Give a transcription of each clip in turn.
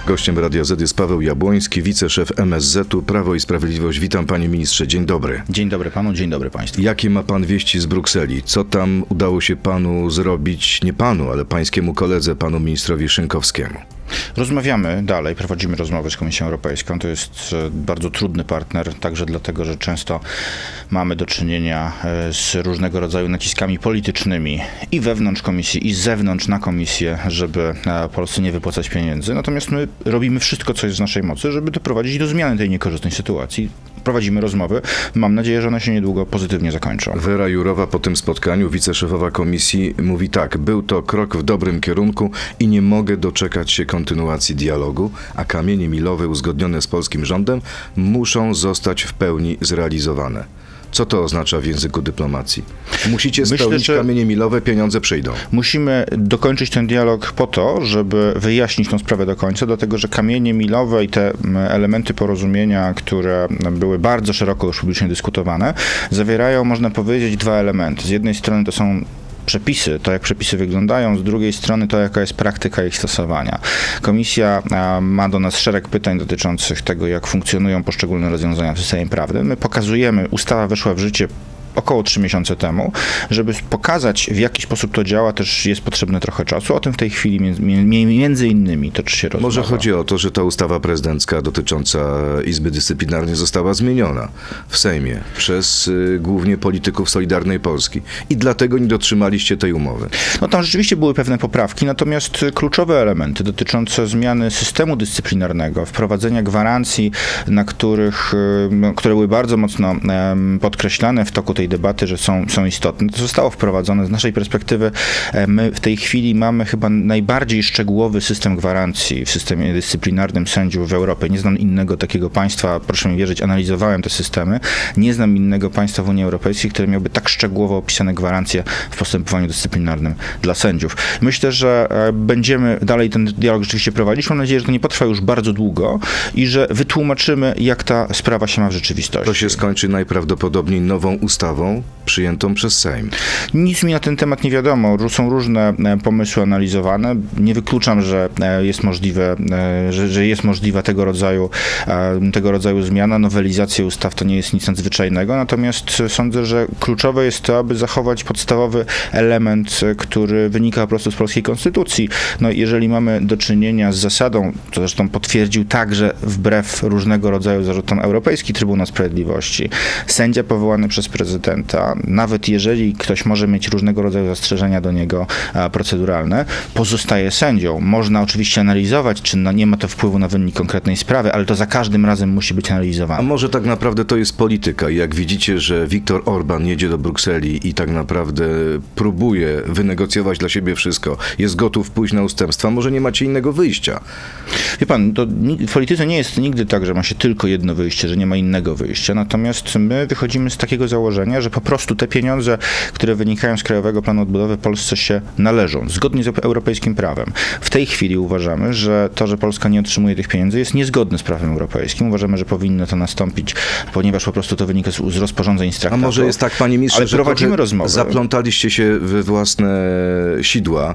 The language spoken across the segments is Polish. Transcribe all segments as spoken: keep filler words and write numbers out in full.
Gościem Radia Z jest Paweł Jabłoński, wiceszef M S Z-u Prawo i Sprawiedliwość. Witam, panie ministrze, dzień dobry. Dzień dobry panu, dzień dobry państwu. Jakie ma pan wieści z Brukseli? Co tam udało się panu zrobić, nie panu, ale pańskiemu koledze, panu ministrowi Szynkowskiemu? Rozmawiamy dalej, prowadzimy rozmowy z Komisją Europejską. To jest bardzo trudny partner, także dlatego, że często mamy do czynienia z różnego rodzaju naciskami politycznymi i wewnątrz Komisji, i z zewnątrz na Komisję, żeby Polsce nie wypłacać pieniędzy. Natomiast my robimy wszystko, co jest w naszej mocy, żeby doprowadzić do zmiany tej niekorzystnej sytuacji. Prowadzimy rozmowy. Mam nadzieję, że one się niedługo pozytywnie zakończą. Wera Jourowa po tym spotkaniu, wiceszefowa Komisji, mówi tak: był to krok w dobrym kierunku i nie mogę doczekać się kontynuacji dialogu, a kamienie milowe uzgodnione z polskim rządem muszą zostać w pełni zrealizowane. Co to oznacza w języku dyplomacji? Musicie spełnić Myślę, kamienie milowe, pieniądze przyjdą. Musimy dokończyć ten dialog po to, żeby wyjaśnić tę sprawę do końca, dlatego że kamienie milowe i te elementy porozumienia, które były bardzo szeroko już publicznie dyskutowane, zawierają, można powiedzieć, dwa elementy. Z jednej strony to są przepisy, to jak przepisy wyglądają, z drugiej strony to jaka jest praktyka ich stosowania. Komisja ma do nas szereg pytań dotyczących tego, jak funkcjonują poszczególne rozwiązania w systemie prawnym. My pokazujemy, ustawa weszła w życie około trzy miesiące temu. Żeby pokazać, w jaki sposób to działa, też jest potrzebne trochę czasu. O tym w tej chwili między, między innymi toczy się rozmowa. Może chodzi o to, że ta ustawa prezydencka dotycząca Izby Dyscyplinarnej została zmieniona w Sejmie przez y, głównie polityków Solidarnej Polski i dlatego nie dotrzymaliście tej umowy. No tam rzeczywiście były pewne poprawki, natomiast kluczowe elementy dotyczące zmiany systemu dyscyplinarnego, wprowadzenia gwarancji, na których, y, które były bardzo mocno y, podkreślane w toku tej debaty, że są, są istotne. To zostało wprowadzone. Z naszej perspektywy my w tej chwili mamy chyba najbardziej szczegółowy system gwarancji w systemie dyscyplinarnym sędziów w Europie. Nie znam innego takiego państwa, proszę mi wierzyć, analizowałem te systemy. Nie znam innego państwa w Unii Europejskiej, które miałoby tak szczegółowo opisane gwarancje w postępowaniu dyscyplinarnym dla sędziów. Myślę, że będziemy dalej ten dialog rzeczywiście prowadzić. Mam nadzieję, że to nie potrwa już bardzo długo i że wytłumaczymy, jak ta sprawa się ma w rzeczywistości. To się skończy najprawdopodobniej nową ustawą przyjętą przez Sejm. Nic mi na ten temat nie wiadomo. Są różne pomysły analizowane. Nie wykluczam, że jest możliwe, że, że jest możliwa tego rodzaju, tego rodzaju zmiana. Nowelizacja ustaw to nie jest nic nadzwyczajnego, natomiast sądzę, że kluczowe jest to, aby zachować podstawowy element, który wynika po prostu z polskiej konstytucji. No, jeżeli mamy do czynienia z zasadą, co zresztą potwierdził także wbrew różnego rodzaju zarzutom Europejski Trybunał Sprawiedliwości, sędzia powołany przez prezydenta, nawet jeżeli ktoś może mieć różnego rodzaju zastrzeżenia do niego proceduralne, pozostaje sędzią. Można oczywiście analizować, czy no nie ma to wpływu na wynik konkretnej sprawy, ale to za każdym razem musi być analizowane. A może tak naprawdę to jest polityka i jak widzicie, że Viktor Orban jedzie do Brukseli i tak naprawdę próbuje wynegocjować dla siebie wszystko, jest gotów pójść na ustępstwa, może nie macie innego wyjścia. Wie pan, to w polityce nie jest nigdy tak, że ma się tylko jedno wyjście, że nie ma innego wyjścia, natomiast my wychodzimy z takiego założenia, że po prostu te pieniądze, które wynikają z Krajowego Planu Odbudowy, Polsce się należą, zgodnie z europejskim prawem. W tej chwili uważamy, że to, że Polska nie otrzymuje tych pieniędzy, jest niezgodne z prawem europejskim. Uważamy, że powinno to nastąpić, ponieważ po prostu to wynika z, z rozporządzeń z traktatu. A może jest tak, panie ministrze, ale że prowadzimy rozmowę. Zaplątaliście się we własne sidła,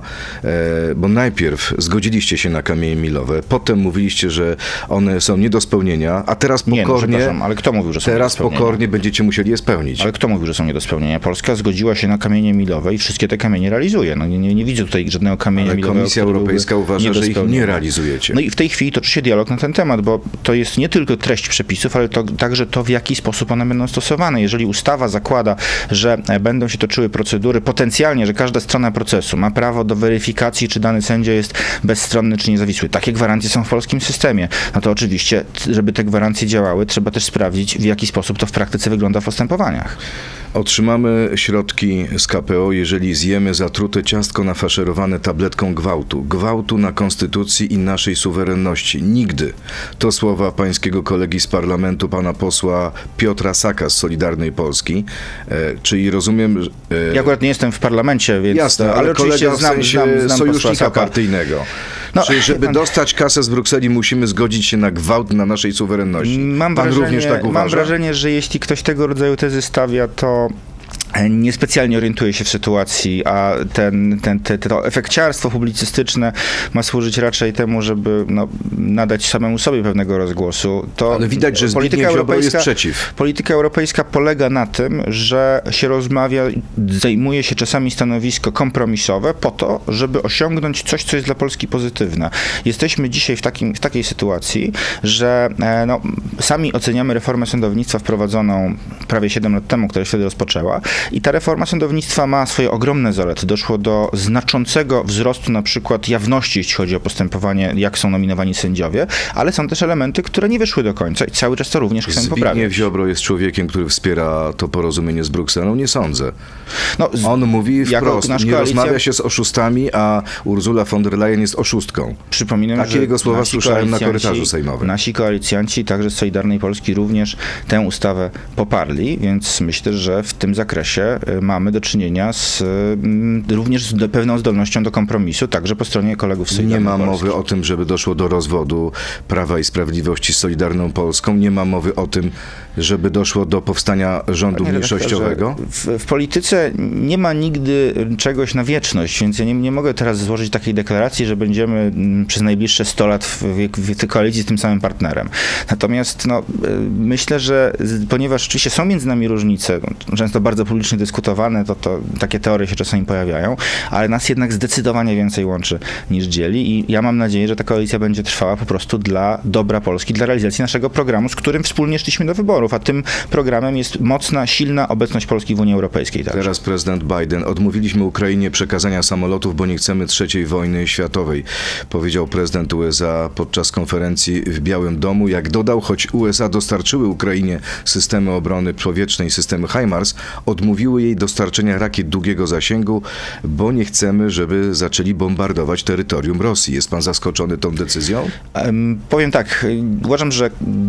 bo najpierw zgodziliście się na kamienie milowe, potem mówiliście, że one są nie do spełnienia, a teraz pokornie, nie, no, ale kto mówił, że są teraz pokornie będziecie musieli je spełnić. Ale kto mówił, że są nie do spełnienia? Polska zgodziła się na kamienie milowe i wszystkie te kamienie realizuje. No, nie, nie, nie widzę tutaj żadnego kamienia ale milowego. Komisja Europejska uważa, że ich nie realizujecie. No i w tej chwili toczy się dialog na ten temat, bo to jest nie tylko treść przepisów, ale to także to, w jaki sposób one będą stosowane. Jeżeli ustawa zakłada, że będą się toczyły procedury, potencjalnie, że każda strona procesu ma prawo do weryfikacji, czy dany sędzia jest bezstronny, czy niezawisły. Takie gwarancje są w polskim systemie. No to oczywiście, żeby te gwarancje działały, trzeba też sprawdzić, w jaki sposób to w praktyce wygląda w postępowaniach. Otrzymamy środki z K P O, jeżeli zjemy zatrute ciastko nafaszerowane tabletką gwałtu. Gwałtu na konstytucji i naszej suwerenności. Nigdy. To słowa pańskiego kolegi z parlamentu, pana posła Piotra Saka z Solidarnej Polski. E, czyli rozumiem... E, ja akurat nie jestem w parlamencie, więc... Jasne, ale, ale oczywiście znam, w sensie znam, znam sojusznika partyjnego. No, czyli żeby pan... dostać kasę z Brukseli, musimy zgodzić się na gwałt na naszej suwerenności. Mam Pan wrażenie, również tak uważa? Mam wrażenie, że jeśli ktoś tego rodzaju tezy stawia, to niespecjalnie orientuje się w sytuacji, a ten, ten, te, to efekciarstwo publicystyczne ma służyć raczej temu, żeby no, nadać samemu sobie pewnego rozgłosu. To ale widać, że Zbigniew Ziobro jest przeciw. Polityka europejska polega na tym, że się rozmawia, zajmuje się czasami stanowisko kompromisowe po to, żeby osiągnąć coś, co jest dla Polski pozytywne. Jesteśmy dzisiaj w, takim, w takiej sytuacji, że no, sami oceniamy reformę sądownictwa wprowadzoną prawie siedem lat temu, która się wtedy rozpoczęła. I ta reforma sądownictwa ma swoje ogromne zalety. Doszło do znaczącego wzrostu na przykład jawności, jeśli chodzi o postępowanie, jak są nominowani sędziowie, ale są też elementy, które nie wyszły do końca i cały czas to również chcemy Zbigniew poprawić. Zbigniew Ziobro jest człowiekiem, który wspiera to porozumienie z Brukselą? Nie sądzę. No, z, On mówi wprost, nie koalicja... rozmawia się z oszustami, a Ursula von der Leyen jest oszustką. Przypominam, Takie że jego słowa słyszałem na korytarzu sejmowym. Nasi koalicjanci, także z Solidarnej Polski, również tę ustawę poparli, więc myślę, że w tym zakresie mamy do czynienia z, również z pewną zdolnością do kompromisu, także po stronie kolegów z Solidarnej Nie ma Polski. mowy o tym, żeby doszło do rozwodu Prawa i Sprawiedliwości z Solidarną Polską. Nie ma mowy o tym, żeby doszło do powstania rządu mniejszościowego. W, w polityce nie ma nigdy czegoś na wieczność, więc ja nie, nie mogę teraz złożyć takiej deklaracji, że będziemy przez najbliższe sto lat w, w tej koalicji z tym samym partnerem. Natomiast no, myślę, że ponieważ oczywiście są między nami różnice, często bardzo publicznie dyskutowane, to, to takie teorie się czasami pojawiają, ale nas jednak zdecydowanie więcej łączy niż dzieli i ja mam nadzieję, że ta koalicja będzie trwała po prostu dla dobra Polski, dla realizacji naszego programu, z którym wspólnie szliśmy do wyborów, a tym programem jest mocna, silna obecność Polski w Unii Europejskiej. Także. Teraz prezydent Biden. Odmówiliśmy Ukrainie przekazania samolotów, bo nie chcemy trzeciej wojny światowej, powiedział prezydent U S A podczas konferencji w Białym Domu. Jak dodał, choć U S A dostarczyły Ukrainie systemy obrony powietrznej, systemy HIMARS, odmówiły jej dostarczenia rakiet długiego zasięgu, bo nie chcemy, żeby zaczęli bombardować terytorium Rosji. Jest pan zaskoczony tą decyzją? Um, powiem tak, uważam, że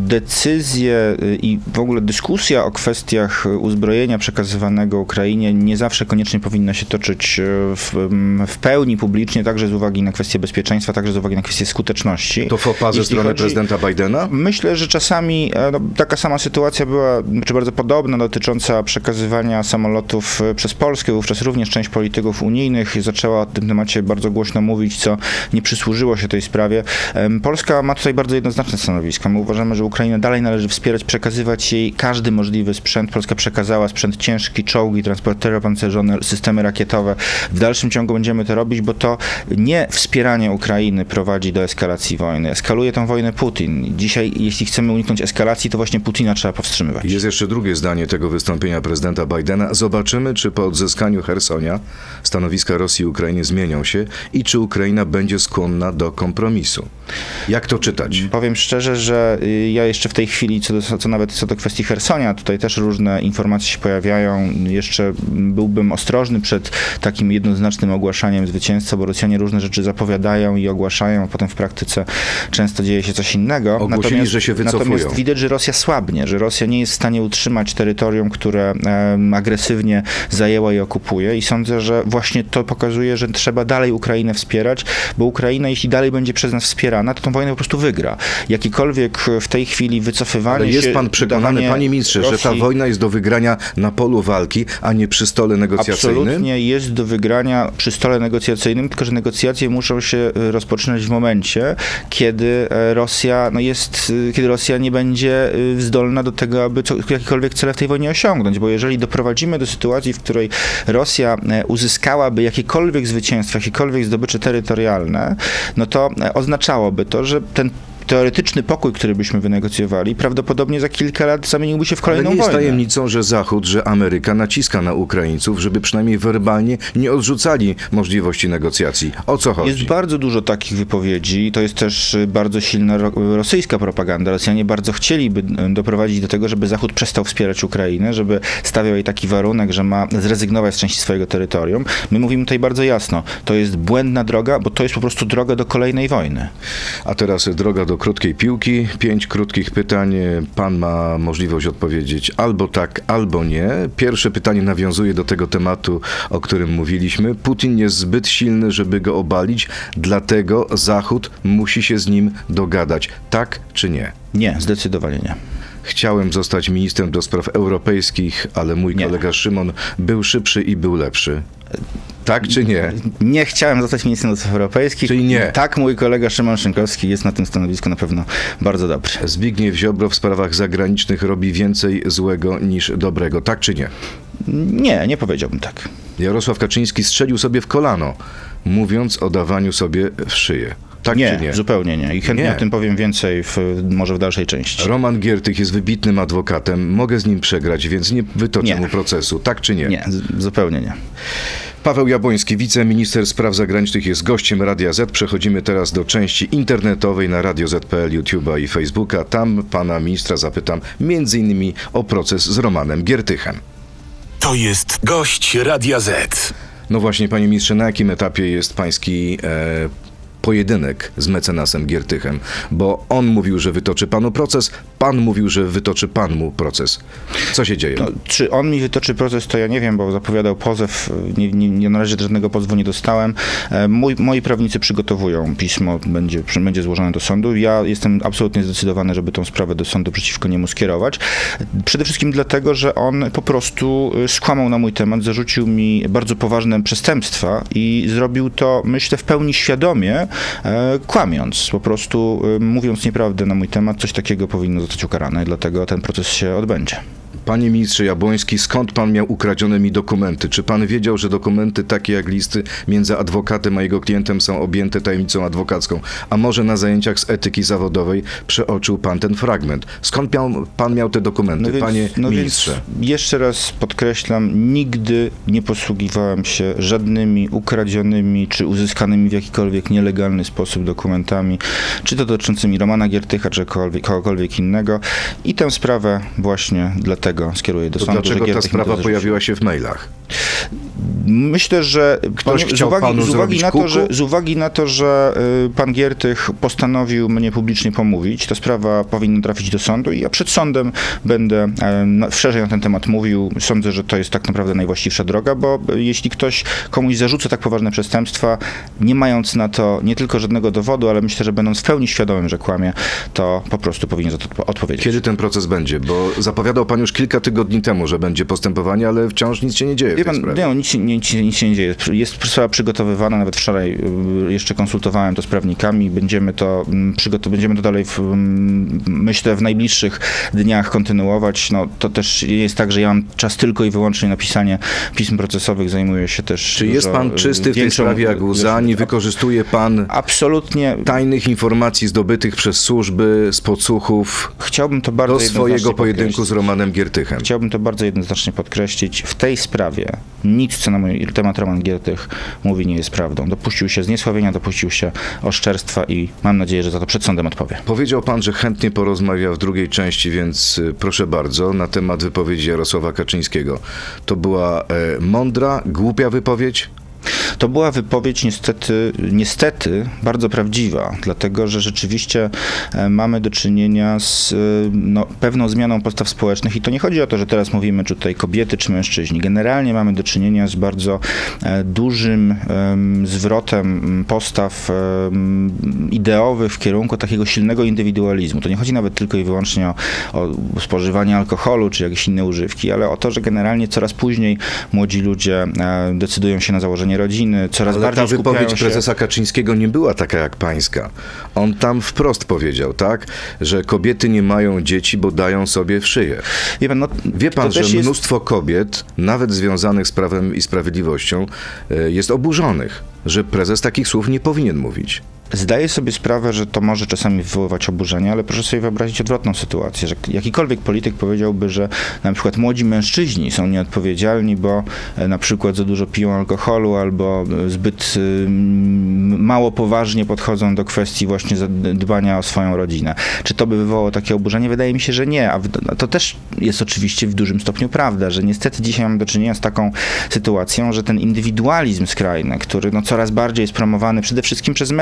decyzje i w ogóle dyskusja o kwestiach uzbrojenia przekazywanego Ukrainie nie zawsze koniecznie powinna się toczyć w, w pełni publicznie, także z uwagi na kwestie bezpieczeństwa, także z uwagi na kwestie skuteczności. To faux pas ze strony chodzi, prezydenta Bidena? Myślę, że czasami no, taka sama sytuacja była, czy bardzo podobna, dotycząca przekazywania samolotów przez Polskę. Wówczas również część polityków unijnych zaczęła o tym temacie bardzo głośno mówić, co nie przysłużyło się tej sprawie. Polska ma tutaj bardzo jednoznaczne stanowisko. My uważamy, że Ukrainę dalej należy wspierać, przekazywać jej każdy możliwy sprzęt. Polska przekazała sprzęt ciężki, czołgi, transportery opancerzone, systemy rakietowe. W dalszym ciągu będziemy to robić, bo to nie wspieranie Ukrainy prowadzi do eskalacji wojny. Eskaluje tę wojnę Putin. Dzisiaj, jeśli chcemy uniknąć eskalacji, to właśnie Putina trzeba powstrzymywać. Jest jeszcze drugie zdanie tego wystąpienia prezydenta Bidena. Zobaczymy, czy po odzyskaniu Chersonia stanowiska Rosji i Ukrainy zmienią się i czy Ukraina będzie skłonna do kompromisu. Jak to czytać? Powiem szczerze, że ja jeszcze w tej chwili, co, do, co nawet co do kwestii Chersonia, tutaj też różne informacje się pojawiają. Jeszcze byłbym ostrożny przed takim jednoznacznym ogłaszaniem zwycięstwa, bo Rosjanie różne rzeczy zapowiadają i ogłaszają, a potem w praktyce często dzieje się coś innego. Ogłosili, natomiast, że się wycofują. Natomiast widać, że Rosja słabnie, że Rosja nie jest w stanie utrzymać terytorium, które e, agresywnie zajęła i okupuje i sądzę, że właśnie to pokazuje, że trzeba dalej Ukrainę wspierać, bo Ukraina, jeśli dalej będzie przez nas wspierana, to tą wojnę po prostu wygra. Jakikolwiek w tej chwili wycofywanie Ale jest się, pan przekonany, panie ministrze, Rosji, że ta wojna jest do wygrania na polu walki, a nie przy stole negocjacyjnym? Absolutnie jest do wygrania przy stole negocjacyjnym, tylko że negocjacje muszą się rozpoczynać w momencie, kiedy Rosja no jest, kiedy Rosja nie będzie zdolna do tego, aby co, jakiekolwiek cele w tej wojnie osiągnąć, bo jeżeli doprowadzimy do sytuacji, w której Rosja uzyskałaby jakiekolwiek zwycięstwo, jakiekolwiek zdobycze terytorialne, no to oznaczałoby to, że ten teoretyczny pokój, który byśmy wynegocjowali, prawdopodobnie za kilka lat zamieniłby się w kolejną wojnę. Ale nie jest wojnę. tajemnicą, że Zachód, że Ameryka naciska na Ukraińców, żeby przynajmniej werbalnie nie odrzucali możliwości negocjacji. O co chodzi? Jest bardzo dużo takich wypowiedzi. To jest też bardzo silna ro- rosyjska propaganda. Rosjanie bardzo chcieliby doprowadzić do tego, żeby Zachód przestał wspierać Ukrainę, żeby stawiał jej taki warunek, że ma zrezygnować z części swojego terytorium. My mówimy tutaj bardzo jasno. To jest błędna droga, bo to jest po prostu droga do kolejnej wojny. A teraz droga do krótkiej piłki. Pięć krótkich pytań. Pan ma możliwość odpowiedzieć albo tak, albo nie. Pierwsze pytanie nawiązuje do tego tematu, o którym mówiliśmy. Putin jest zbyt silny, żeby go obalić, dlatego Zachód musi się z nim dogadać. Tak czy nie? Nie, zdecydowanie nie. Chciałem zostać ministrem do spraw europejskich, ale mój Nie. kolega Szymon był szybszy i był lepszy. Tak czy nie? Nie chciałem zostać ministrem do spraw europejskich. Czyli nie. Tak, mój kolega Szymon Szynkowski jest na tym stanowisku na pewno bardzo dobry. Zbigniew Ziobro w sprawach zagranicznych robi więcej złego niż dobrego. Tak czy nie? Nie, nie powiedziałbym tak. Jarosław Kaczyński strzelił sobie w kolano, mówiąc o dawaniu sobie w szyję. Tak nie, czy nie? zupełnie nie. I chętnie Nie. o tym powiem więcej w, może w dalszej części. Roman Giertych jest wybitnym adwokatem. Mogę z nim przegrać, więc nie wytoczę Nie. mu procesu. Tak czy nie? Nie, z- zupełnie nie. Paweł Jabłoński, wiceminister spraw zagranicznych, jest gościem Radia Z. Przechodzimy teraz do części internetowej na radio zet kropka pe el, YouTube'a i Facebooka. Tam pana ministra zapytam między innymi o proces z Romanem Giertychem. To jest gość Radia Z. No właśnie, panie ministrze, na jakim etapie jest pański e, pojedynek z mecenasem Giertychem? Bo on mówił, że wytoczy panu proces, pan mówił, że wytoczy pan mu proces. Co się dzieje? No, czy on mi wytoczy proces, to ja nie wiem, bo zapowiadał pozew. Nie, nie, nie na razie żadnego pozwu nie dostałem. E, Mój, moi prawnicy przygotowują pismo, będzie, będzie złożone do sądu. Ja jestem absolutnie zdecydowany, żeby tą sprawę do sądu przeciwko niemu skierować. Przede wszystkim dlatego, że on po prostu y, skłamał na mój temat, zarzucił mi bardzo poważne przestępstwa i zrobił to, myślę, w pełni świadomie, e, kłamiąc. Po prostu y, mówiąc nieprawdę na mój temat, coś takiego powinno zostać ukarane, dlatego ten proces się odbędzie. Panie ministrze Jabłoński, skąd pan miał ukradzione mi dokumenty? Czy pan wiedział, że dokumenty takie jak listy między adwokatem a jego klientem są objęte tajemnicą adwokacką? A może na zajęciach z etyki zawodowej przeoczył pan ten fragment? Skąd miał, pan miał te dokumenty, więc- panie no ministrze? Więc jeszcze raz podkreślam, nigdy nie posługiwałem się żadnymi ukradzionymi czy uzyskanymi w jakikolwiek nielegalny sposób dokumentami, czy to dotyczącymi Romana Giertycha, czy kogokolwiek, kogokolwiek innego. I tę sprawę właśnie dlatego skieruję do To sądu. dlaczego że ta Giertych mi to sprawa zarzucił. pojawiła się w mailach? Myślę, że Ktoś panie- z chciał uwagi, panu z uwagi zrobić na to, kuku? że z uwagi na to, że y, pan Giertych postanowił mnie publicznie pomówić, ta sprawa powinna trafić do sądu i ja przed sądem będę e, na, szerzej na ten temat mówił. Sądzę, że to jest tak naprawdę najwłaściwsza droga, bo y, jeśli ktoś komuś zarzuca tak poważne przestępstwa, nie mając na to nie tylko żadnego dowodu, ale myślę, że będąc w pełni świadomym, że kłamie, to po prostu powinien za to odpo- odpowiedzieć. Kiedy ten proces będzie? Bo zapowiadał pan już kilka tygodni temu, że będzie postępowanie, ale wciąż nic się nie dzieje w Wie tej pan, sprawie. nie, no, nic, się- nic, się- nic się nie dzieje. Jest sprawa przygotowywana, nawet wczoraj y, jeszcze konsultowałem to z prawnikami. Będziemy to, mm, przygotow- będziemy to dalej, w, mm, myślę, w najbliższych dniach kontynuować. No, to też nie jest tak, że ja mam czas tylko i wyłącznie na pisanie pism procesowych. Zajmuję się też Czy jest dużo, pan y, czysty w tej większą sprawie jak łza? ilością- Nie wykorzystuje pan Absolutnie. tajnych informacji zdobytych przez służby, z podsłuchów Chciałbym to bardzo do swojego jednoznacznie pojedynku podkreślić. z Romanem Giertychem? Chciałbym to bardzo jednoznacznie podkreślić. W tej sprawie nic, co na mój temat Roman Giertych mówi, nie jest prawdą. Dopuścił się zniesławienia, dopuścił się oszczerstwa i mam nadzieję, że za to przed sądem odpowie. Powiedział pan, że chętnie porozmawia w drugiej części, więc y, proszę bardzo, na temat wypowiedzi Jarosława Kaczyńskiego. To była e, mądra, głupia wypowiedź? To była wypowiedź niestety, niestety bardzo prawdziwa, dlatego że rzeczywiście e, mamy do czynienia z e, no, pewną zmianą postaw społecznych i to nie chodzi o to, że teraz mówimy, czy tutaj kobiety, czy mężczyźni. Generalnie mamy do czynienia z bardzo e, dużym em, zwrotem postaw em, ideowych w kierunku takiego silnego indywidualizmu. To nie chodzi nawet tylko i wyłącznie o, o spożywanie alkoholu, czy jakieś inne używki, ale o to, że generalnie coraz później młodzi ludzie e, decydują się na założenie rodziny, coraz Ale bardziej ta wypowiedź skupiają się... prezesa Kaczyńskiego nie była taka jak pańska. On tam wprost powiedział, tak, że kobiety nie mają dzieci, bo dają sobie w szyję. Wie pan, no, Wie pan, to że też jest... mnóstwo kobiet, nawet związanych z Prawem i Sprawiedliwością, e, jest oburzonych, że prezes takich słów nie powinien mówić. Zdaję sobie sprawę, że to może czasami wywoływać oburzenie, ale proszę sobie wyobrazić odwrotną sytuację, że jakikolwiek polityk powiedziałby, że na przykład młodzi mężczyźni są nieodpowiedzialni, bo e, na przykład za dużo piją alkoholu albo e, zbyt y, mało poważnie podchodzą do kwestii właśnie dbania o swoją rodzinę. Czy to by wywołało takie oburzenie? Wydaje mi się, że nie, a w, to też jest oczywiście w dużym stopniu prawda, że niestety dzisiaj mamy do czynienia z taką sytuacją, że ten indywidualizm skrajny, który no, coraz bardziej jest promowany przede wszystkim przez media, przez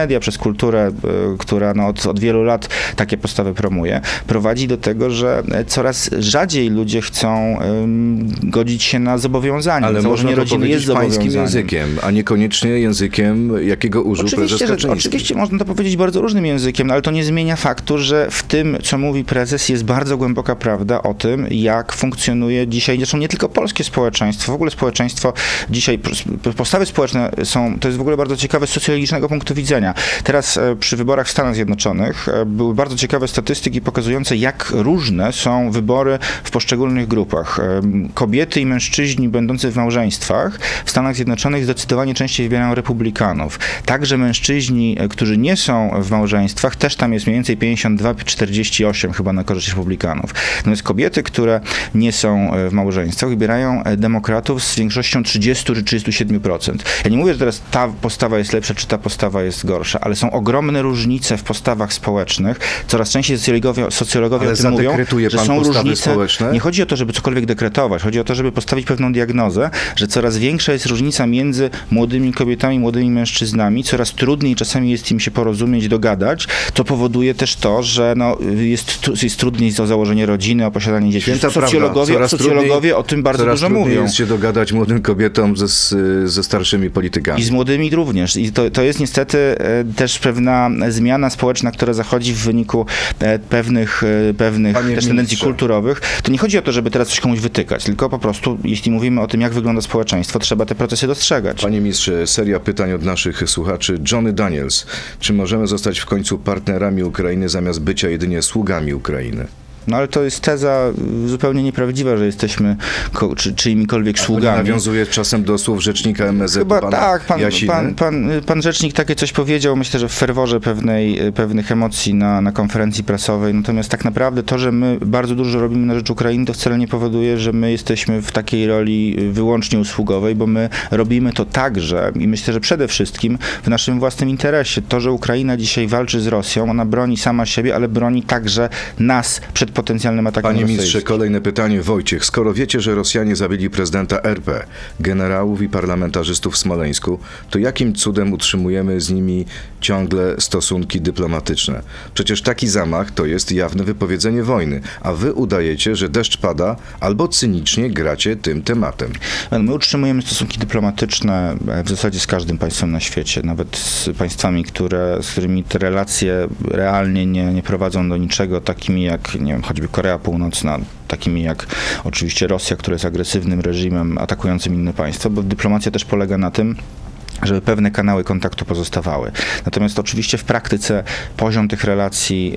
kulturę, która no, od, od wielu lat takie postawy promuje, prowadzi do tego, że coraz rzadziej ludzie chcą um, godzić się na zobowiązania. Ale założenie można to rodziny jest powiedzieć pańskim zobowiązaniem. językiem, a niekoniecznie językiem, jakiego użył prezes Oczywiście, że, Kaczyński. oczywiście można to powiedzieć bardzo różnym językiem, no, ale to nie zmienia faktu, że w tym, co mówi prezes, jest bardzo głęboka prawda o tym, jak funkcjonuje dzisiaj, zresztą nie tylko polskie społeczeństwo, w ogóle społeczeństwo dzisiaj, postawy społeczne są, to jest w ogóle bardzo ciekawe z socjologicznego punktu widzenia. Teraz przy wyborach w Stanach Zjednoczonych były bardzo ciekawe statystyki pokazujące, jak różne są wybory w poszczególnych grupach. Kobiety i mężczyźni będący w małżeństwach w Stanach Zjednoczonych zdecydowanie częściej wybierają republikanów. Także mężczyźni, którzy nie są w małżeństwach, też tam jest mniej więcej pięćdziesiąt dwa czterdzieści osiem chyba na korzyść republikanów. Natomiast kobiety, które nie są w małżeństwach, wybierają demokratów z większością trzydzieści czy trzydzieści siedem procent. Ja nie mówię, że teraz ta postawa jest lepsza, czy ta postawa jest gorsza, ale są ogromne różnice w postawach społecznych. Coraz częściej socjologowie, socjologowie ale o tym mówią, że pan są postawy różnice. społeczne? Nie chodzi o to, żeby cokolwiek dekretować. Chodzi o to, żeby postawić pewną diagnozę, że coraz większa jest różnica między młodymi kobietami, młodymi mężczyznami. Coraz trudniej czasami jest im się porozumieć, dogadać. To powoduje też to, że no, jest, jest trudniej o założenie rodziny, o posiadanie dzieci. Święta Socjologowie, prawda. socjologowie trudniej, o tym bardzo coraz dużo trudniej mówią. jest się dogadać młodym kobietom ze, ze starszymi politykami. I z młodymi również. I to, to jest niestety e, też pewna zmiana społeczna, która zachodzi w wyniku e, pewnych, e, pewnych Panie też tendencji ministrze. kulturowych. To nie chodzi o to, żeby teraz coś komuś wytykać, tylko po prostu, jeśli mówimy o tym, jak wygląda społeczeństwo, trzeba te procesy dostrzegać. Panie ministrze, seria pytań od naszych słuchaczy. Johnny Daniels. Czy możemy zostać w końcu partnerami Ukrainy zamiast bycia jedynie sługami Ukrainy? No ale to jest teza zupełnie nieprawdziwa, że jesteśmy ko- czy, czyimikolwiek sługami. Nawiązuje czasem do słów rzecznika M S Z Chyba pana tak, pan, Jasiny. pan, pan, pan rzecznik takie coś powiedział, myślę, że w ferworze pewnej, pewnych emocji na, na konferencji prasowej, natomiast tak naprawdę to, że my bardzo dużo robimy na rzecz Ukrainy, to wcale nie powoduje, że my jesteśmy w takiej roli wyłącznie usługowej, bo my robimy to także i myślę, że przede wszystkim w naszym własnym interesie. To, że Ukraina dzisiaj walczy z Rosją, ona broni sama siebie, ale broni także nas przed potencjalnym atakiem Panie rosyjskim. ministrze, kolejne pytanie. Wojciech, skoro wiecie, że Rosjanie zabili prezydenta R P, generałów i parlamentarzystów w Smoleńsku, to jakim cudem utrzymujemy z nimi ciągle stosunki dyplomatyczne? Przecież taki zamach to jest jawne wypowiedzenie wojny, a wy udajecie, że deszcz pada, albo cynicznie gracie tym tematem. My utrzymujemy stosunki dyplomatyczne w zasadzie z każdym państwem na świecie, nawet z państwami, które, z którymi te relacje realnie nie, nie prowadzą do niczego, takimi jak, nie wiem, choćby Korea Północna, takimi jak oczywiście Rosja, która jest agresywnym reżimem atakującym inne państwa, bo dyplomacja też polega na tym, żeby pewne kanały kontaktu pozostawały. Natomiast oczywiście w praktyce poziom tych relacji,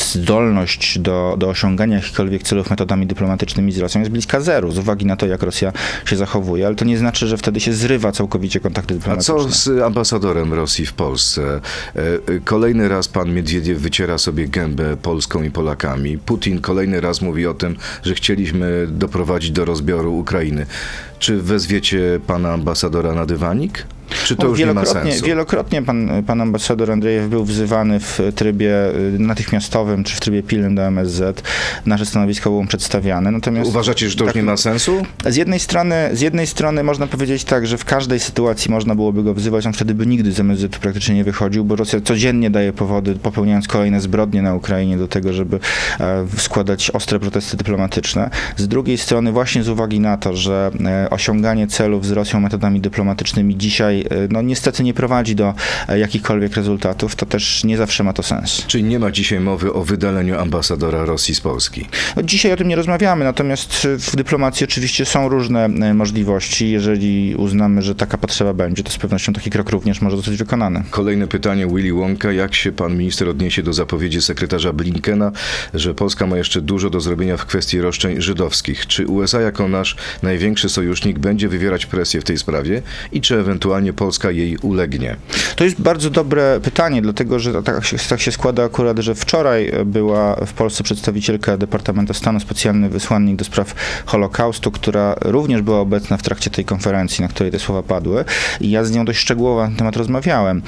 zdolność do, do osiągania jakichkolwiek celów metodami dyplomatycznymi z Rosją jest bliska zeru, z uwagi na to, jak Rosja się zachowuje, ale to nie znaczy, że wtedy się zrywa całkowicie kontakty A dyplomatyczne. co z ambasadorem Rosji w Polsce? Kolejny raz pan Miedwiediew wyciera sobie gębę Polską i Polakami. Putin kolejny raz mówi o tym, że chcieliśmy doprowadzić do rozbioru Ukrainy. Czy wezwiecie pana ambasadora na dywanik? Czy to No, już nie ma wielokrotnie, sensu? wielokrotnie pan, pan ambasador Andrzejew był wzywany w trybie natychmiastowym, czy w trybie pilnym do M S Z. Nasze stanowisko było mu przedstawiane. Natomiast Uważacie, że to już tak, nie ma sensu? Z jednej strony, z jednej strony można powiedzieć tak, że w każdej sytuacji można byłoby go wzywać, on wtedy by nigdy z M S Z-u praktycznie nie wychodził, bo Rosja codziennie daje powody, popełniając kolejne zbrodnie na Ukrainie, do tego, żeby e, składać ostre protesty dyplomatyczne. Z drugiej strony właśnie z uwagi na to, że e, osiąganie celów z Rosją metodami dyplomatycznymi dzisiaj no niestety nie prowadzi do jakichkolwiek rezultatów, to też nie zawsze ma to sens. Czyli nie ma dzisiaj mowy o wydaleniu ambasadora Rosji z Polski? No, dzisiaj o tym nie rozmawiamy, natomiast w dyplomacji oczywiście są różne możliwości. Jeżeli uznamy, że taka potrzeba będzie, to z pewnością taki krok również może zostać wykonany. Kolejne pytanie, Willy Wonka. Jak się pan minister odniesie do zapowiedzi sekretarza Blinkena, że Polska ma jeszcze dużo do zrobienia w kwestii roszczeń żydowskich? Czy U S A jako nasz największy sojusznik będzie wywierać presję w tej sprawie i czy ewentualnie Polska jej ulegnie? To jest bardzo dobre pytanie, dlatego że tak się, tak się składa akurat, że wczoraj była w Polsce przedstawicielka Departamentu Stanu, specjalny wysłannik do spraw Holokaustu, która również była obecna w trakcie tej konferencji, na której te słowa padły i ja z nią dość szczegółowo na ten temat rozmawiałem.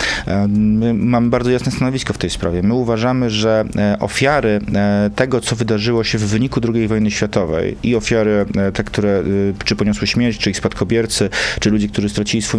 My mamy bardzo jasne stanowisko w tej sprawie. My uważamy, że ofiary tego, co wydarzyło się w wyniku drugiej wojny światowej i ofiary te, które czy poniosły śmierć, czy ich spadkobiercy, czy ludzie, którzy stracili swój majątek,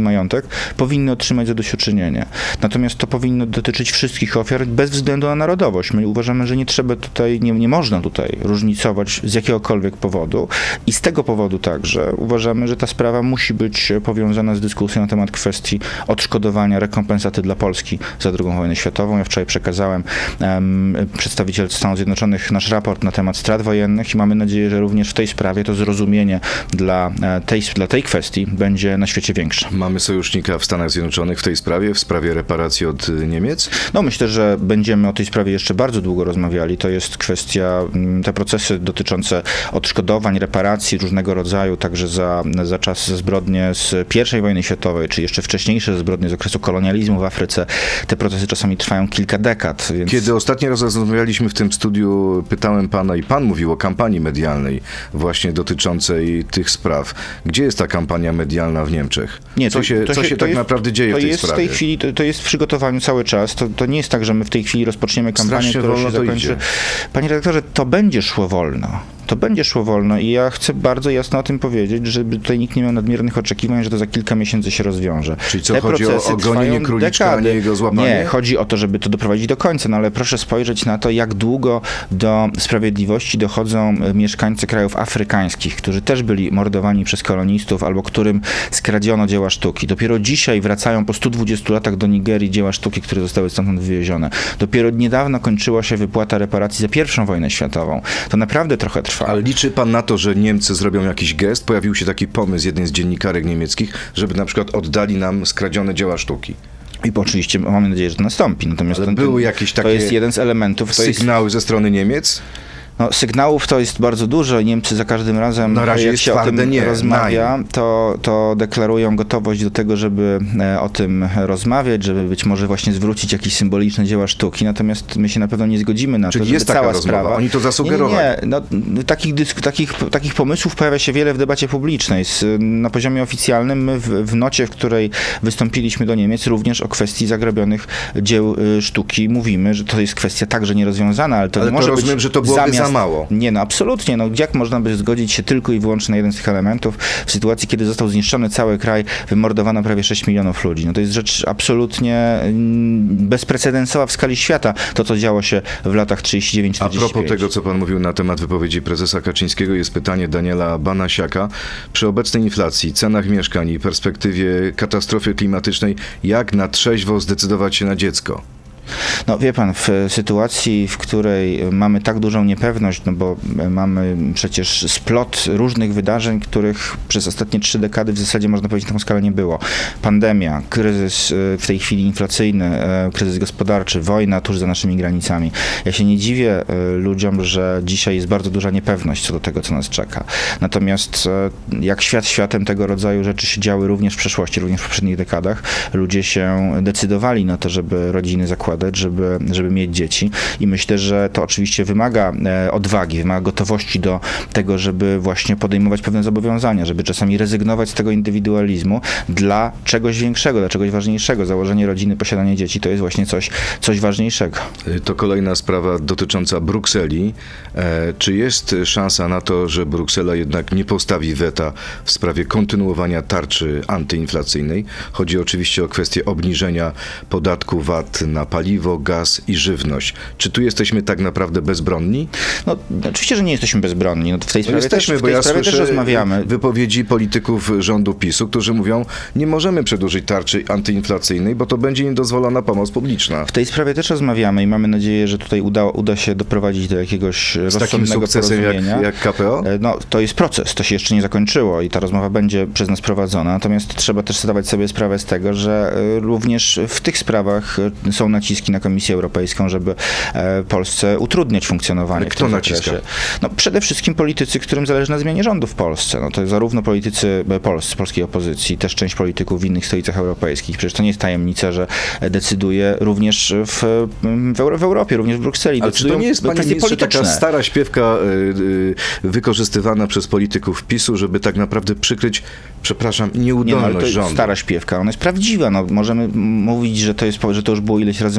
powinny otrzymać zadośćuczynienie. Natomiast to powinno dotyczyć wszystkich ofiar bez względu na narodowość. My uważamy, że nie trzeba tutaj, nie, nie można tutaj różnicować z jakiegokolwiek powodu i z tego powodu także uważamy, że ta sprawa musi być powiązana z dyskusją na temat kwestii odszkodowania, rekompensaty dla Polski za drugą wojnę światową. Ja wczoraj przekazałem um, przedstawiciel Stanów Zjednoczonych nasz raport na temat strat wojennych i mamy nadzieję, że również w tej sprawie to zrozumienie dla tej, dla tej kwestii będzie na świecie większe. Mamy sojusznika w Stanach Zjednoczonych w tej sprawie, w sprawie reparacji od Niemiec? No myślę, że będziemy o tej sprawie jeszcze bardzo długo rozmawiali. To jest kwestia, te procesy dotyczące odszkodowań, reparacji różnego rodzaju, także za, za czas za zbrodnie z pierwszej wojny światowej, czy jeszcze wcześniejsze zbrodnie z okresu kolonializmu w Afryce. Te procesy czasami trwają kilka dekad. Więc... Kiedy ostatni raz rozmawialiśmy w tym studiu, pytałem pana i pan mówił o kampanii medialnej właśnie dotyczącej tych spraw. Gdzie jest ta kampania medialna w Niemczech? Nie, co to, się, to co się się to tak jest, naprawdę dzieje to w tej jest sprawie? W tej chwili, to, to jest w przygotowaniu cały czas. To, to nie jest tak, że my w tej chwili rozpoczniemy kampanię, Strasznie która się wolno to zakończy. idzie. Panie redaktorze, to będzie szło wolno. To będzie szło wolno i ja chcę bardzo jasno o tym powiedzieć, żeby tutaj nikt nie miał nadmiernych oczekiwań, że to za kilka miesięcy się rozwiąże. Czyli co, Te chodzi o, o gonienie króliczka, dekady. a nie jego złapanie? Nie, chodzi o to, żeby to doprowadzić do końca, no ale proszę spojrzeć na to, jak długo do sprawiedliwości dochodzą mieszkańcy krajów afrykańskich, którzy też byli mordowani przez kolonistów albo którym skradziono dzieła sztuki. Dopiero dzisiaj wracają po stu dwudziestu latach do Nigerii dzieła sztuki, które zostały stamtąd wywiezione. Dopiero niedawno kończyła się wypłata reparacji za pierwszą wojnę światową. To naprawdę trochę trwa. Ale liczy pan na to, że Niemcy zrobią jakiś gest? Pojawił się taki pomysł jednej z dziennikarek niemieckich, żeby na przykład oddali nam skradzione dzieła sztuki. I oczywiście mamy nadzieję, że to nastąpi. Natomiast Ale ten, były ten, jakieś takie to jest jeden z elementów. To sygnały jest, ze strony Niemiec? no, sygnałów to jest bardzo dużo. Niemcy za każdym razem, Na razie jak jest się o tym twarde nie, rozmawia, to, to deklarują gotowość do tego, żeby o tym rozmawiać, żeby być może właśnie zwrócić jakieś symboliczne dzieła sztuki. Natomiast my się na pewno nie zgodzimy na Czyli to, żeby jest taka cała rozmowa. sprawa... Oni to zasugerowali. Nie, nie, nie. No, takich, dysk, takich, takich pomysłów pojawia się wiele w debacie publicznej. Na poziomie oficjalnym my w, w nocie, w której wystąpiliśmy do Niemiec, również o kwestii zagrobionych dzieł sztuki mówimy, że to jest kwestia także nierozwiązana, ale to ale nie to może rozumiem, być że to byłoby zamiast... za mało. Nie, no absolutnie. No, jak można by zgodzić się tylko i wyłącznie na jeden z tych elementów w sytuacji, kiedy został zniszczony cały kraj, wymordowano prawie sześć milionów ludzi. No to jest rzecz absolutnie bezprecedensowa w skali świata, to co działo się w latach trzydziestym dziewiątym czterdziestym pięć. A propos tego, co pan mówił na temat wypowiedzi prezesa Kaczyńskiego, jest pytanie Daniela Banasiaka. Przy obecnej inflacji, cenach mieszkań i perspektywie katastrofy klimatycznej, jak na trzeźwo zdecydować się na dziecko? No wie pan, w sytuacji, w której mamy tak dużą niepewność, no bo mamy przecież splot różnych wydarzeń, których przez ostatnie trzy dekady w zasadzie można powiedzieć na taką skalę nie było. Pandemia, kryzys w tej chwili inflacyjny, kryzys gospodarczy, wojna tuż za naszymi granicami. Ja się nie dziwię ludziom, że dzisiaj jest bardzo duża niepewność co do tego, co nas czeka. Natomiast jak świat światem, tego rodzaju rzeczy się działy również w przeszłości, również w poprzednich dekadach, ludzie się decydowali na to, żeby rodziny zakładać, żeby, żeby mieć dzieci i myślę, że to oczywiście wymaga e, odwagi, wymaga gotowości do tego, żeby właśnie podejmować pewne zobowiązania, żeby czasami rezygnować z tego indywidualizmu dla czegoś większego, dla czegoś ważniejszego. Założenie rodziny, posiadanie dzieci to jest właśnie coś, coś ważniejszego. To kolejna sprawa dotycząca Brukseli. E, czy jest szansa na to, że Bruksela jednak nie postawi weta w sprawie kontynuowania tarczy antyinflacyjnej? Chodzi oczywiście o kwestię obniżenia podatku V A T na paliwo, gaz i żywność. Czy tu jesteśmy tak naprawdę bezbronni? No, oczywiście, że nie jesteśmy bezbronni. No, w tej sprawie, no jesteśmy, też, w bo tej ja sprawie też słyszę rozmawiamy. wypowiedzi polityków rządu PiSu, którzy mówią, nie możemy przedłużyć tarczy antyinflacyjnej, bo to będzie niedozwolona pomoc publiczna. W tej sprawie też rozmawiamy i mamy nadzieję, że tutaj uda, uda się doprowadzić do jakiegoś Z rozsądnego takim sukcesem porozumienia. jak, jak K P O? No, to jest proces, to się jeszcze nie zakończyło i ta rozmowa będzie przez nas prowadzona, natomiast trzeba też zdawać sobie sprawę z tego, że również w tych sprawach są naciski na Komisję Europejską, żeby Polsce utrudniać funkcjonowanie. Ale kto naciska? No, przede wszystkim politycy, którym zależy na zmianie rządu w Polsce. No, to zarówno politycy polscy, polskiej opozycji, też część polityków w innych stolicach europejskich. Przecież to nie jest tajemnica, że decyduje również w, w, Euro, w Europie, również w Brukseli. Ale czy to nie jest, panie ministrze, taka stara śpiewka y, y, wykorzystywana przez polityków PiSu, żeby tak naprawdę przykryć, przepraszam, nieudolność nie, no, to jest rządu? Stara śpiewka, ona jest prawdziwa. No, możemy mówić, że to, jest, że to już było ileś razy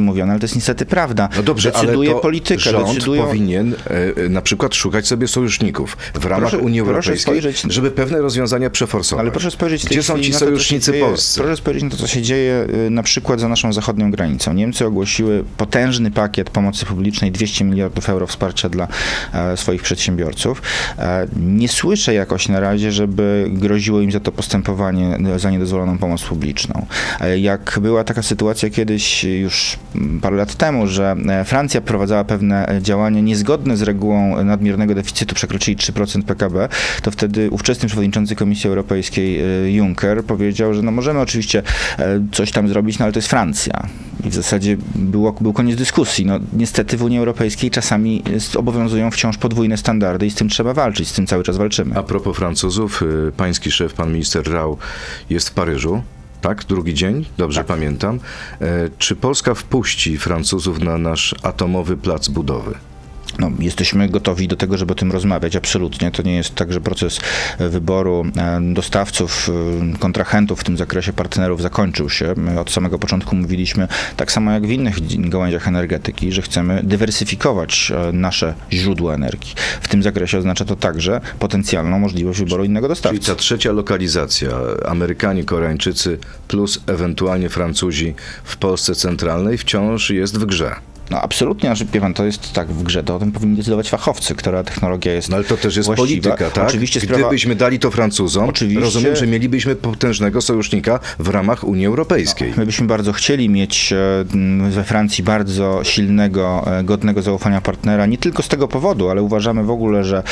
razy mówione, ale to jest niestety prawda. No dobrze, decyduje ale to polityka, rząd decydują... powinien e, na przykład szukać sobie sojuszników w ramach Proszę- Unii proszę Europejskiej, spojrzeć- żeby pewne rozwiązania przeforsować. Ale proszę spojrzeć w tej Gdzie są chwili ci na to, co się sojusznicy dzieje- polscy? Proszę spojrzeć na to, co się dzieje y, na przykład za naszą zachodnią granicą. Niemcy ogłosiły potężny pakiet pomocy publicznej, dwieście miliardów euro wsparcia dla e, swoich przedsiębiorców. E, nie słyszę jakoś na razie, żeby groziło im za to postępowanie za niedozwoloną pomoc publiczną. E, jak była taka sytuacja kiedyś już parę lat temu, że e, Francja prowadzała pewne działania niezgodne z regułą nadmiernego deficytu, przekroczyli trzy procent P K B, to wtedy ówczesny przewodniczący Komisji Europejskiej e, Juncker powiedział, że no możemy oczywiście e, coś tam zrobić, no ale to jest Francja. I w zasadzie było, był koniec dyskusji. No, niestety w Unii Europejskiej czasami jest, obowiązują wciąż podwójne standardy i z tym trzeba walczyć, z tym cały czas walczymy. A propos Francuzów, y, pański szef, pan minister Rau, jest w Paryżu. Tak? Drugi dzień? Dobrze Tak. pamiętam. E, czy Polska wpuści Francuzów na nasz atomowy plac budowy? No, jesteśmy gotowi do tego, żeby o tym rozmawiać, absolutnie. To nie jest tak, że proces wyboru dostawców, kontrahentów w tym zakresie partnerów zakończył się. My od samego początku mówiliśmy, tak samo jak w innych gałęziach energetyki, że chcemy dywersyfikować nasze źródła energii. W tym zakresie oznacza to także potencjalną możliwość wyboru innego dostawcy. Czyli ta trzecia lokalizacja, Amerykanie, Koreańczycy plus ewentualnie Francuzi w Polsce centralnej wciąż jest w grze. No absolutnie, że wie pan, to jest tak w grze, to o tym powinni decydować fachowcy, która technologia jest No ale to też jest właściwa. polityka, tak? Oczywiście sprawa... Gdybyśmy dali to Francuzom, Oczywiście... rozumiem, że mielibyśmy potężnego sojusznika w ramach Unii Europejskiej. My byśmy bardzo chcieli mieć we Francji bardzo silnego, godnego zaufania partnera, nie tylko z tego powodu, ale uważamy w ogóle, że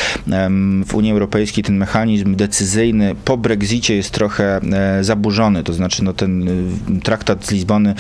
w Unii Europejskiej ten mechanizm decyzyjny po Brexicie jest trochę zaburzony, to znaczy no, ten traktat z Lizbony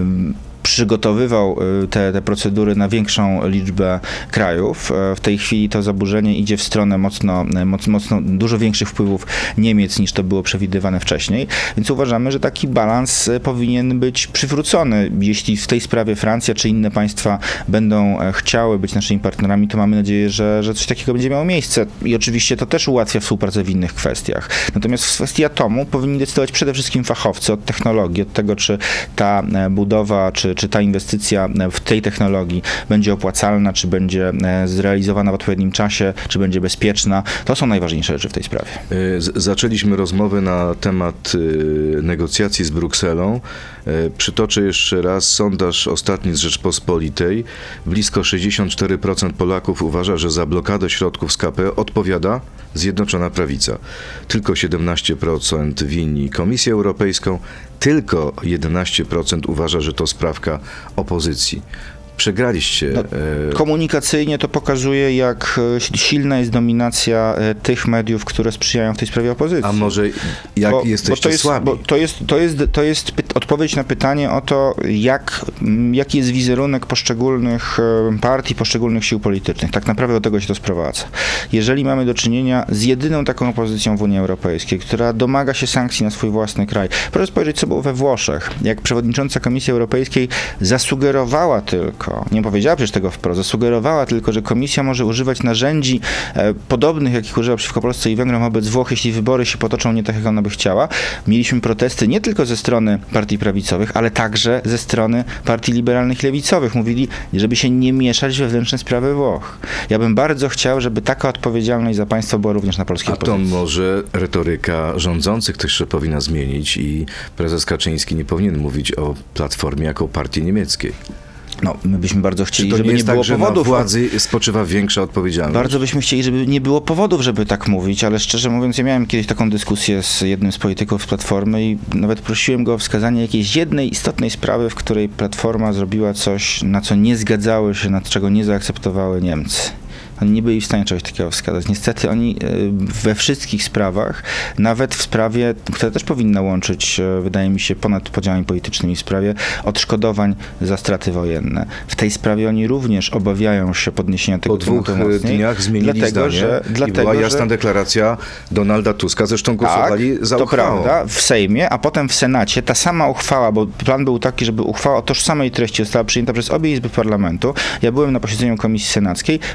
przygotowywał te, te procedury na większą liczbę krajów. W tej chwili to zaburzenie idzie w stronę mocno, mocno, mocno dużo większych wpływów Niemiec niż to było przewidywane wcześniej, więc uważamy, że taki balans powinien być przywrócony. Jeśli w tej sprawie Francja czy inne państwa będą chciały być naszymi partnerami, to mamy nadzieję, że, że coś takiego będzie miało miejsce i oczywiście to też ułatwia współpracę w innych kwestiach. Natomiast w kwestii atomu powinni decydować przede wszystkim fachowcy od technologii, od tego, czy ta budowa, czy czy ta inwestycja w tej technologii będzie opłacalna, czy będzie zrealizowana w odpowiednim czasie, czy będzie bezpieczna. To są najważniejsze rzeczy w tej sprawie. Z- zaczęliśmy rozmowę na temat y, negocjacji z Brukselą. Y, przytoczę jeszcze raz sondaż ostatni z Rzeczpospolitej. Blisko sześćdziesiąt cztery procent Polaków uważa, że za blokadę środków z K P odpowiada Zjednoczona Prawica. Tylko siedemnaście procent wini Komisję Europejską, tylko jedenaście procent uważa, że to sprawka opozycji. Przegraliście. No, komunikacyjnie to pokazuje, jak silna jest dominacja tych mediów, które sprzyjają w tej sprawie opozycji. A może jak bo, jesteście bo to jest, słabi? Bo to jest, to jest, to jest odpowiedź na pytanie o to, jak, jaki jest wizerunek poszczególnych partii, poszczególnych sił politycznych. Tak naprawdę do tego się to sprowadza. Jeżeli mamy do czynienia z jedyną taką opozycją w Unii Europejskiej, która domaga się sankcji na swój własny kraj. Proszę spojrzeć, co było we Włoszech. Jak przewodnicząca Komisji Europejskiej zasugerowała tylko, nie powiedziała przecież tego wprost, zasugerowała tylko, że Komisja może używać narzędzi e, podobnych, jakich używa przeciwko Polsce i Węgrom wobec Włoch, jeśli wybory się potoczą nie tak, jak ona by chciała. Mieliśmy protesty nie tylko ze strony partii prawicowych, ale także ze strony partii liberalnych i lewicowych. Mówili, żeby się nie mieszać w wewnętrzne sprawy Włoch. Ja bym bardzo chciał, żeby taka odpowiedzialność za państwo była również na polskiej A to pozycji. może retoryka rządzących też się powinna zmienić i prezes Kaczyński nie powinien mówić o Platformie jako partii niemieckiej. No, my byśmy bardzo chcieli, Czy to żeby nie nie jest było tak, że powodów. na władzy spoczywa większa odpowiedzialność? Bardzo byśmy chcieli, żeby nie było powodów, żeby tak mówić, ale szczerze mówiąc, ja miałem kiedyś taką dyskusję z jednym z polityków z Platformy i nawet prosiłem go o wskazanie jakiejś jednej istotnej sprawy, w której Platforma zrobiła coś, na co nie zgadzały się, nad czego nie zaakceptowały Niemcy. Oni nie byli w stanie czegoś takiego wskazać. Niestety oni we wszystkich sprawach, nawet w sprawie, która też powinna łączyć, wydaje mi się, ponad podziałami politycznymi, w sprawie odszkodowań za straty wojenne. W tej sprawie oni również obawiają się podniesienia tego Po dwóch tematu mocniej, dniach zmienili dlatego, zdanie że, i dlatego, była jasna że, deklaracja Donalda Tuska, zresztą głosowali tak, za to uchwałą. prawda, w Sejmie, a potem w Senacie ta sama uchwała, bo plan był taki, żeby uchwała o tożsamej treści została przyjęta przez obie izby parlamentu. Ja byłem na posiedzeniu Komisji Senackiej. Platforma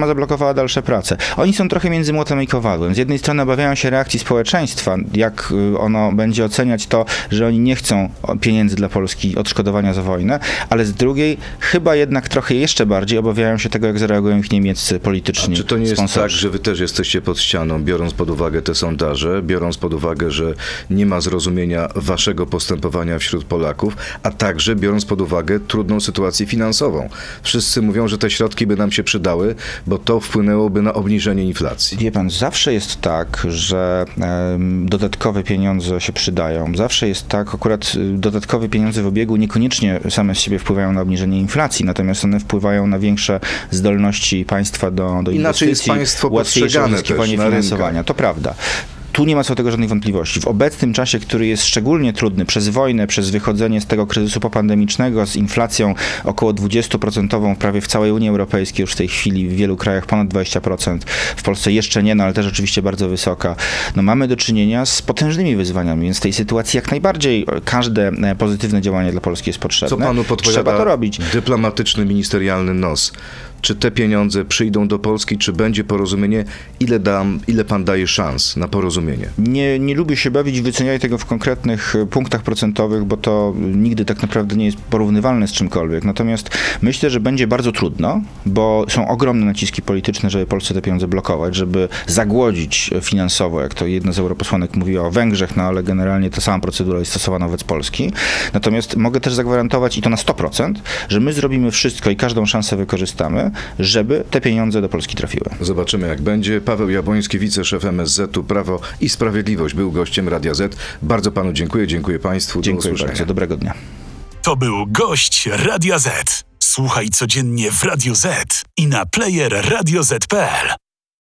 firma zablokowała dalsze prace. Oni są trochę między młotem i kowadłem. Z jednej strony obawiają się reakcji społeczeństwa, jak ono będzie oceniać to, że oni nie chcą pieniędzy dla Polski, odszkodowania za wojnę, ale z drugiej chyba jednak trochę jeszcze bardziej obawiają się tego, jak zareagują ich niemieccy polityczni A czy to nie jest sponsorzy. tak, że wy też jesteście pod ścianą, biorąc pod uwagę te sondaże, biorąc pod uwagę, że nie ma zrozumienia waszego postępowania wśród Polaków, a także biorąc pod uwagę trudną sytuację finansową? Wszyscy mówią, że te środki by nam się przydały, bo to wpłynęłoby na obniżenie inflacji. Wie pan, zawsze jest tak, że um, dodatkowe pieniądze się przydają. Zawsze jest tak, akurat dodatkowe pieniądze w obiegu niekoniecznie same z siebie wpływają na obniżenie inflacji, natomiast one wpływają na większe zdolności państwa do, do Inaczej jest inwestycji, państwo łatwiejsze postrzegane uzyskiwanie też na finansowania. rynkach. To prawda. Tu nie ma co do tego żadnej wątpliwości. W obecnym czasie, który jest szczególnie trudny przez wojnę, przez wychodzenie z tego kryzysu popandemicznego, z inflacją około dwudziestu procent prawie w całej Unii Europejskiej, już w tej chwili w wielu krajach ponad dwadzieścia procent, w Polsce jeszcze nie, no ale też oczywiście bardzo wysoka, no mamy do czynienia z potężnymi wyzwaniami, więc w tej sytuacji jak najbardziej każde pozytywne działanie dla Polski jest potrzebne. Co panu podpowiada Trzeba to robić. dyplomatyczny, ministerialny nos? Czy te pieniądze przyjdą do Polski, czy będzie porozumienie? Ile, dam, ile pan daje szans na porozumienie? Nie, nie lubię się bawić w wycenianie tego w konkretnych punktach procentowych, bo to nigdy tak naprawdę nie jest porównywalne z czymkolwiek. Natomiast myślę, że będzie bardzo trudno, bo są ogromne naciski polityczne, żeby Polsce te pieniądze blokować, żeby zagłodzić finansowo, jak to jedna z europosłanek mówiła o Węgrzech, no ale generalnie ta sama procedura jest stosowana wobec Polski. Natomiast mogę też zagwarantować, i to na sto procent, że my zrobimy wszystko i każdą szansę wykorzystamy, żeby te pieniądze do Polski trafiły. Zobaczymy, jak będzie. Paweł Jabłoński, wiceszef M S Z-u Prawo i Sprawiedliwość, był gościem Radia Z. Bardzo panu dziękuję, dziękuję państwu. Dziękuję Do usłyszenia. bardzo. Dobrego dnia. To był gość Radia Z. Słuchaj codziennie w Radio Z i na player radio zet kropka pe el.